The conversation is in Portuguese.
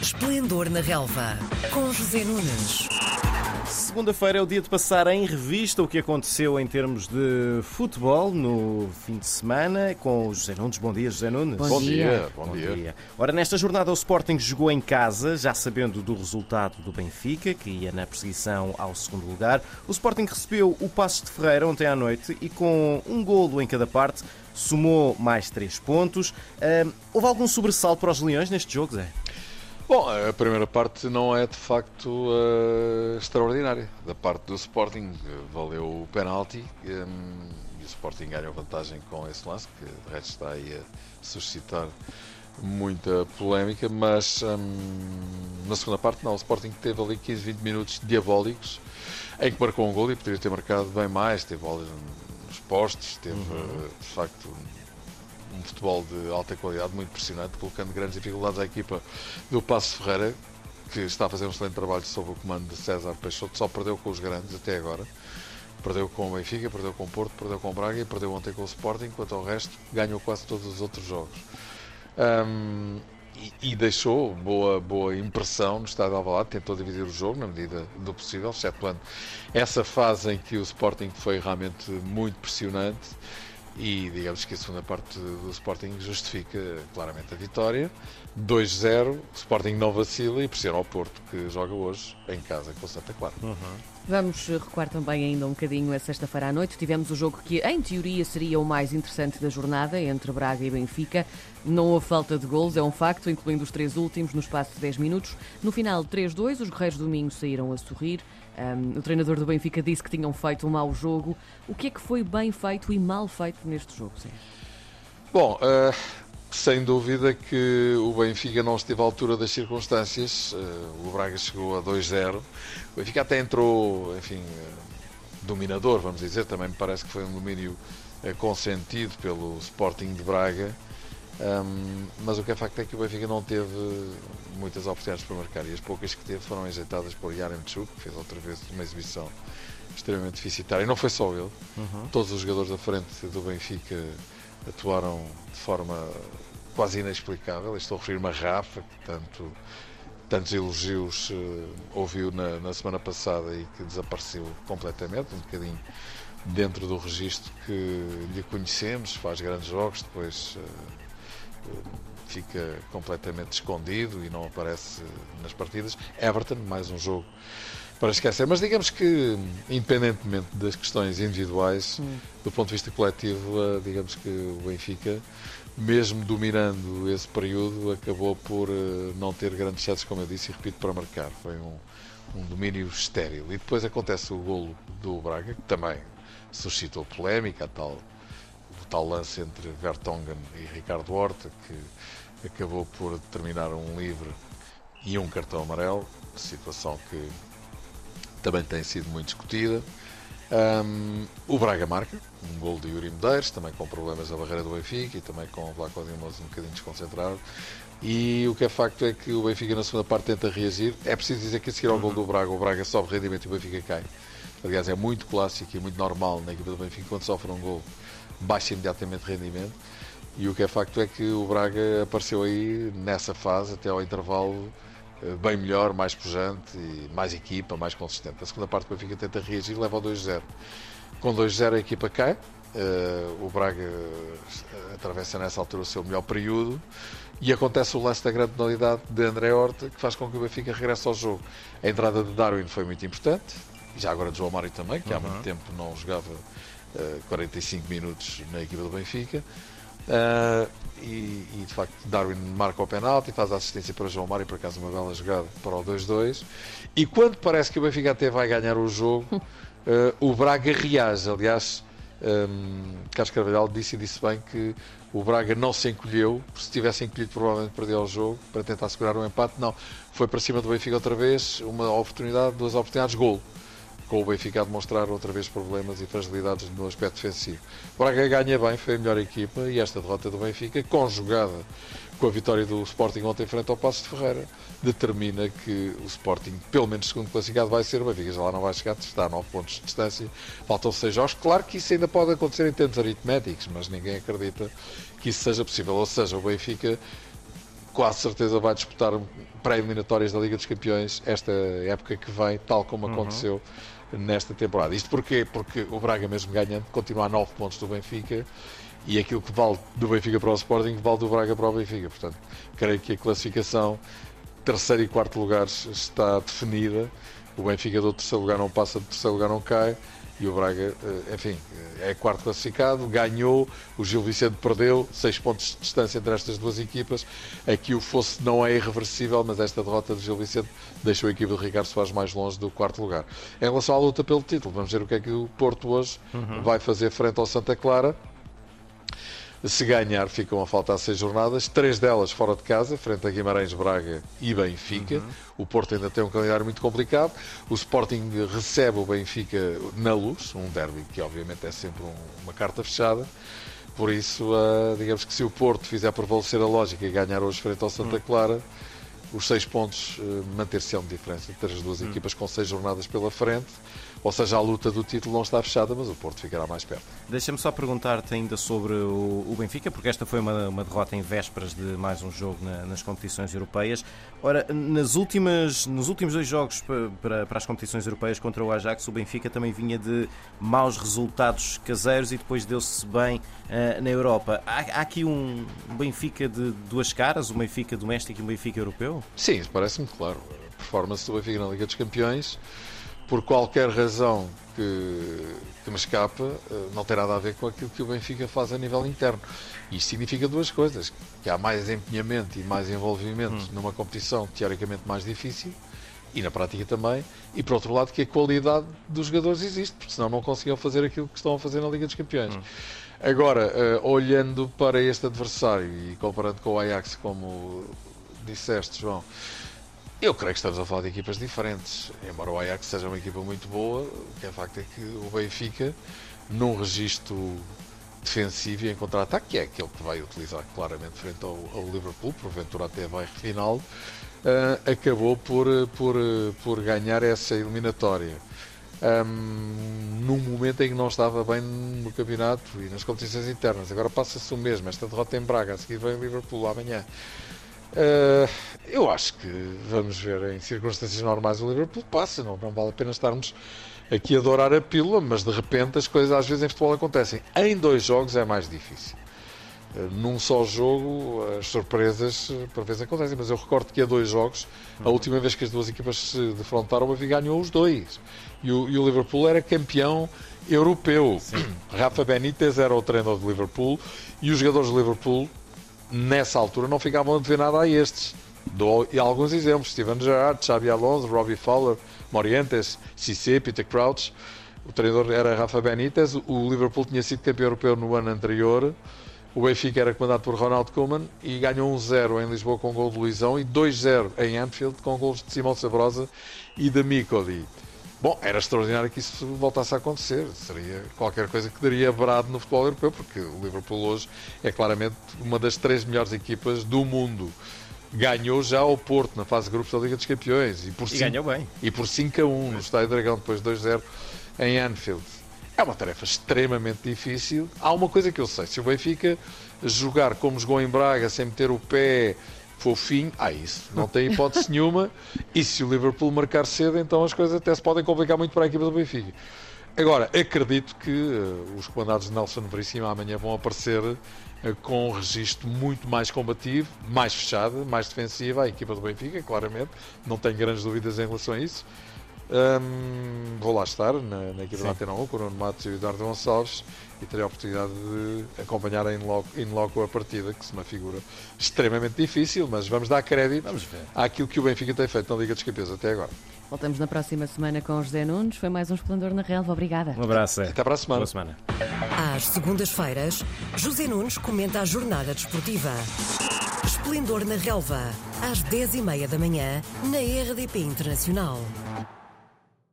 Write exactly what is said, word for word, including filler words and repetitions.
Esplendor na Relva, com José Nunes. Segunda-feira é o dia de passar em revista o que aconteceu em termos de futebol no fim de semana com o José Nunes. Bom dia, José Nunes. Bom, Bom dia. dia. Bom, Bom dia. dia. Ora, nesta jornada o Sporting jogou em casa, já sabendo do resultado do Benfica, que ia na perseguição ao segundo lugar. O Sporting recebeu o Passos de Ferreira ontem à noite e com um golo em cada parte somou mais três pontos. Uh, houve algum sobressalto para os Leões neste jogo, Zé? Bom, a primeira parte não é de facto uh, extraordinária. Da parte do Sporting, valeu o penalti um, e o Sporting ganhou vantagem com esse lance, que de resto está aí a suscitar muita polémica, mas um, na segunda parte não, o Sporting teve ali quinze, vinte minutos diabólicos em que marcou um gol e poderia ter marcado bem mais, teve bolas nos postes, teve uhum. de facto um futebol de alta qualidade, muito impressionante, colocando grandes dificuldades à equipa do Passos de Ferreira, que está a fazer um excelente trabalho sob o comando de César Peixoto, só perdeu com os grandes até agora. Perdeu com o Benfica, perdeu com o Porto, perdeu com o Braga e perdeu ontem com o Sporting, enquanto ao resto ganhou quase todos os outros jogos. Um, e, e deixou boa, boa impressão no estádio de Alvalade, tentou dividir o jogo na medida do possível, excetuando essa fase em que o Sporting foi realmente muito pressionante. E digamos que a segunda parte do Sporting justifica claramente a vitória. dois zero, o Sporting não vacila e pressiona ao Porto, que joga hoje em casa com o Santa Clara. Uhum. Vamos recuar também ainda um bocadinho a sexta-feira à noite. Tivemos o jogo que, em teoria, seria o mais interessante da jornada, entre Braga e Benfica. Não houve falta de golos, é um facto, incluindo os três últimos, no espaço de dez minutos. No final, três dois, os guerreiros do Minho saíram a sorrir. Um, o treinador do Benfica disse que tinham feito um mau jogo. O que é que foi bem feito e mal feito neste jogo, Zé? Bom, uh, sem dúvida que o Benfica não esteve à altura das circunstâncias. Uh, o Braga chegou a dois zero. O Benfica até entrou, enfim, uh, dominador, vamos dizer. Também me parece que foi um domínio uh, consentido pelo Sporting de Braga. Um, mas o que é facto é que o Benfica não teve muitas oportunidades para marcar e as poucas que teve foram ajeitadas por Yaremchuk, que fez outra vez uma exibição extremamente deficitária. E não foi só ele, uhum. Todos os jogadores da frente do Benfica atuaram de forma quase inexplicável. Estou a referir-me a Rafa, que tanto, tantos elogios uh, ouviu na, na semana passada e que desapareceu completamente, um bocadinho dentro do registro que lhe conhecemos, faz grandes jogos, depois uh, fica completamente escondido e não aparece nas partidas. Everton, mais um jogo para esquecer, mas digamos que, independentemente das questões individuais, hum. do ponto de vista coletivo, digamos que o Benfica, mesmo dominando esse período, acabou por não ter grandes chances, como eu disse, e repito, para marcar. Foi um, um domínio estéril. E depois acontece o golo do Braga, que também suscitou polémica, a tal o tal lance entre Vertonghen e Ricardo Horta, que acabou por determinar um livre e um cartão amarelo, situação que também tem sido muito discutida. Um, o Braga marca um gol de Yuri Medeiros, também com problemas da barreira do Benfica e também com o Vlaco Dimos um bocadinho desconcentrado. E o que é facto é que o Benfica na segunda parte tenta reagir. É preciso dizer que a seguir ao gol do Braga, o Braga sobe rendimento e o Benfica cai. Aliás, é muito clássico e muito normal na equipa do Benfica, quando sofre um gol, baixa imediatamente rendimento. E o que é facto é que o Braga apareceu aí nessa fase até ao intervalo bem melhor, mais pujante, e mais equipa, mais consistente. A segunda parte do Benfica tenta reagir, leva ao dois zero. Com dois zero a equipa cai, uh, o Braga atravessa nessa altura o seu melhor período e acontece o lance da grande penalidade de André Horta, que faz com que o Benfica regresse ao jogo. A entrada de Darwin foi muito importante, já agora de João Mário também, que uhum. há muito tempo não jogava uh, quarenta e cinco minutos na equipa do Benfica. Uh, e, e de facto Darwin marca o penalti e faz a assistência para João Mário, por acaso uma bela jogada para o dois dois. E quando parece que o Benfica até vai ganhar o jogo, uh, o Braga reage. Aliás, um, Carlos Carvalhal disse e disse bem que o Braga não se encolheu, se tivesse encolhido provavelmente perdia o jogo para tentar segurar um empate. Não, foi para cima do Benfica outra vez, uma oportunidade, duas oportunidades, golo, com o Benfica a demonstrar outra vez problemas e fragilidades no aspecto defensivo. O Braga ganha bem, foi a melhor equipa, e esta derrota do Benfica, conjugada com a vitória do Sporting ontem frente ao Passos de Ferreira, determina que o Sporting, pelo menos segundo classificado, vai ser. O Benfica já lá não vai chegar, está a nove pontos de distância, faltam seis jogos. Claro que isso ainda pode acontecer em termos aritméticos, mas ninguém acredita que isso seja possível. Ou seja, o Benfica quase certeza vai disputar pré-eliminatórias da Liga dos Campeões esta época que vem, tal como aconteceu uhum. nesta temporada. Isto porquê? Porque o Braga, mesmo ganhando, continua a nove pontos do Benfica, e aquilo que vale do Benfica para o Sporting vale do Braga para o Benfica. Portanto, creio que a classificação, terceiro e quarto lugares, está definida. O Benfica do terceiro lugar não passa, do terceiro lugar não cai, e o Braga, enfim, é quarto classificado, ganhou, o Gil Vicente perdeu, seis pontos de distância entre estas duas equipas. Aqui o fosso não é irreversível, mas esta derrota do Gil Vicente deixou a equipa de Ricardo Soares mais longe do quarto lugar. Em relação à luta pelo título, vamos ver o que é que o Porto hoje uhum. vai fazer frente ao Santa Clara. Se ganhar, ficam a faltar seis jornadas, três delas fora de casa, frente a Guimarães, Braga e Benfica. Uhum. O Porto ainda tem um calendário muito complicado. O Sporting recebe o Benfica na Luz, um derby que obviamente é sempre um, uma carta fechada. Por isso, uh, digamos que se o Porto fizer prevalecer a lógica e ganhar hoje frente ao Santa Clara, os seis pontos uh, manter-se-ão de diferença entre as duas uhum. equipas com seis jornadas pela frente. Ou seja, a luta do título não está fechada, mas o Porto ficará mais perto. Deixa-me só perguntar-te ainda sobre o, o Benfica, porque esta foi uma, uma derrota em vésperas de mais um jogo na, nas competições europeias. Ora, nas últimas, nos últimos dois jogos para, para as competições europeias contra o Ajax, o Benfica também vinha de maus resultados caseiros e depois deu-se bem uh, na Europa. Há, há aqui um Benfica de duas caras, um Benfica doméstico e um Benfica europeu? Sim, isso parece-me claro. A performance do Benfica na Liga dos Campeões, por qualquer razão que, que me escapa, não tem nada a ver com aquilo que o Benfica faz a nível interno. Isto significa duas coisas: que há mais empenhamento e mais envolvimento hum. numa competição teoricamente mais difícil, e na prática também, e por outro lado que a qualidade dos jogadores existe, porque senão não conseguiam fazer aquilo que estão a fazer na Liga dos Campeões. Hum. Agora, uh, olhando para este adversário e comparando com o Ajax, como disseste, João, eu creio que estamos a falar de equipas diferentes. Embora o Ajax seja uma equipa muito boa, o que é facto é que o Benfica, num registro defensivo e em contra-ataque, que é aquele que vai utilizar claramente frente ao, ao Liverpool, porventura até vai final, uh, acabou por, por, por ganhar essa eliminatória. Um, num momento em que não estava bem no campeonato e nas competições internas. Agora passa-se o mesmo, esta derrota em Braga, a seguir vem o Liverpool amanhã. Uh, eu acho que vamos ver, em circunstâncias normais o Liverpool passa, não, não vale a pena estarmos aqui a adorar a pílula, mas de repente as coisas às vezes em futebol acontecem. Em dois jogos é mais difícil. Uh, num só jogo as surpresas por vezes acontecem, mas eu recordo que há dois jogos, a última vez que as duas equipas se defrontaram, o Benfica ganhou os dois. E o, e o Liverpool era campeão europeu. Sim. Rafa Benítez era o treinador do Liverpool e os jogadores do Liverpool nessa altura não ficavam a dever nada a estes. Dou alguns exemplos: Steven Gerrard, Xabi Alonso, Robbie Fowler, Morientes, Cissé, Peter Crouch. O treinador era Rafa Benítez. O Liverpool tinha sido campeão europeu no ano anterior. O Benfica era comandado por Ronald Koeman e ganhou um zero em Lisboa com um gol de Luizão e dois zero em Anfield com gols de Simão Sabrosa e de Micodi. Bom, era extraordinário que isso voltasse a acontecer. Seria qualquer coisa que daria brado no futebol europeu, porque o Liverpool hoje é claramente uma das três melhores equipas do mundo. Ganhou já ao Porto na fase de grupos da Liga dos Campeões. E, por e cinco, ganhou bem. E por cinco a um no Estádio Dragão, depois dois zero em Anfield. É uma tarefa extremamente difícil. Há uma coisa que eu sei: se o Benfica jogar como jogou em Braga, sem meter o pé fofinho, ah, isso não tem hipótese nenhuma. E se o Liverpool marcar cedo, então as coisas até se podem complicar muito para a equipa do Benfica. Agora, acredito que uh, os comandados de Nelson Veríssimo amanhã vão aparecer uh, com um registro muito mais combativo, mais fechado, mais defensivo. A equipa do Benfica, claramente, não tenho grandes dúvidas em relação a isso. Um, vou lá estar na, na equipa Sim. da Antena um com o Nuno Matos e o Eduardo Gonçalves e terei a oportunidade de acompanhar em loco, in loco a partida, que se me figura extremamente difícil, mas vamos dar crédito vamos ver. àquilo que o Benfica tem feito na Liga dos Campeões até agora. Voltamos na próxima semana com o José Nunes. Foi mais um Esplendor na Relva. Obrigada. Um abraço. Até para a semana. Boa semana. Às segundas-feiras, José Nunes comenta a jornada desportiva. Esplendor na Relva, às dez e meia da manhã, na R D P Internacional.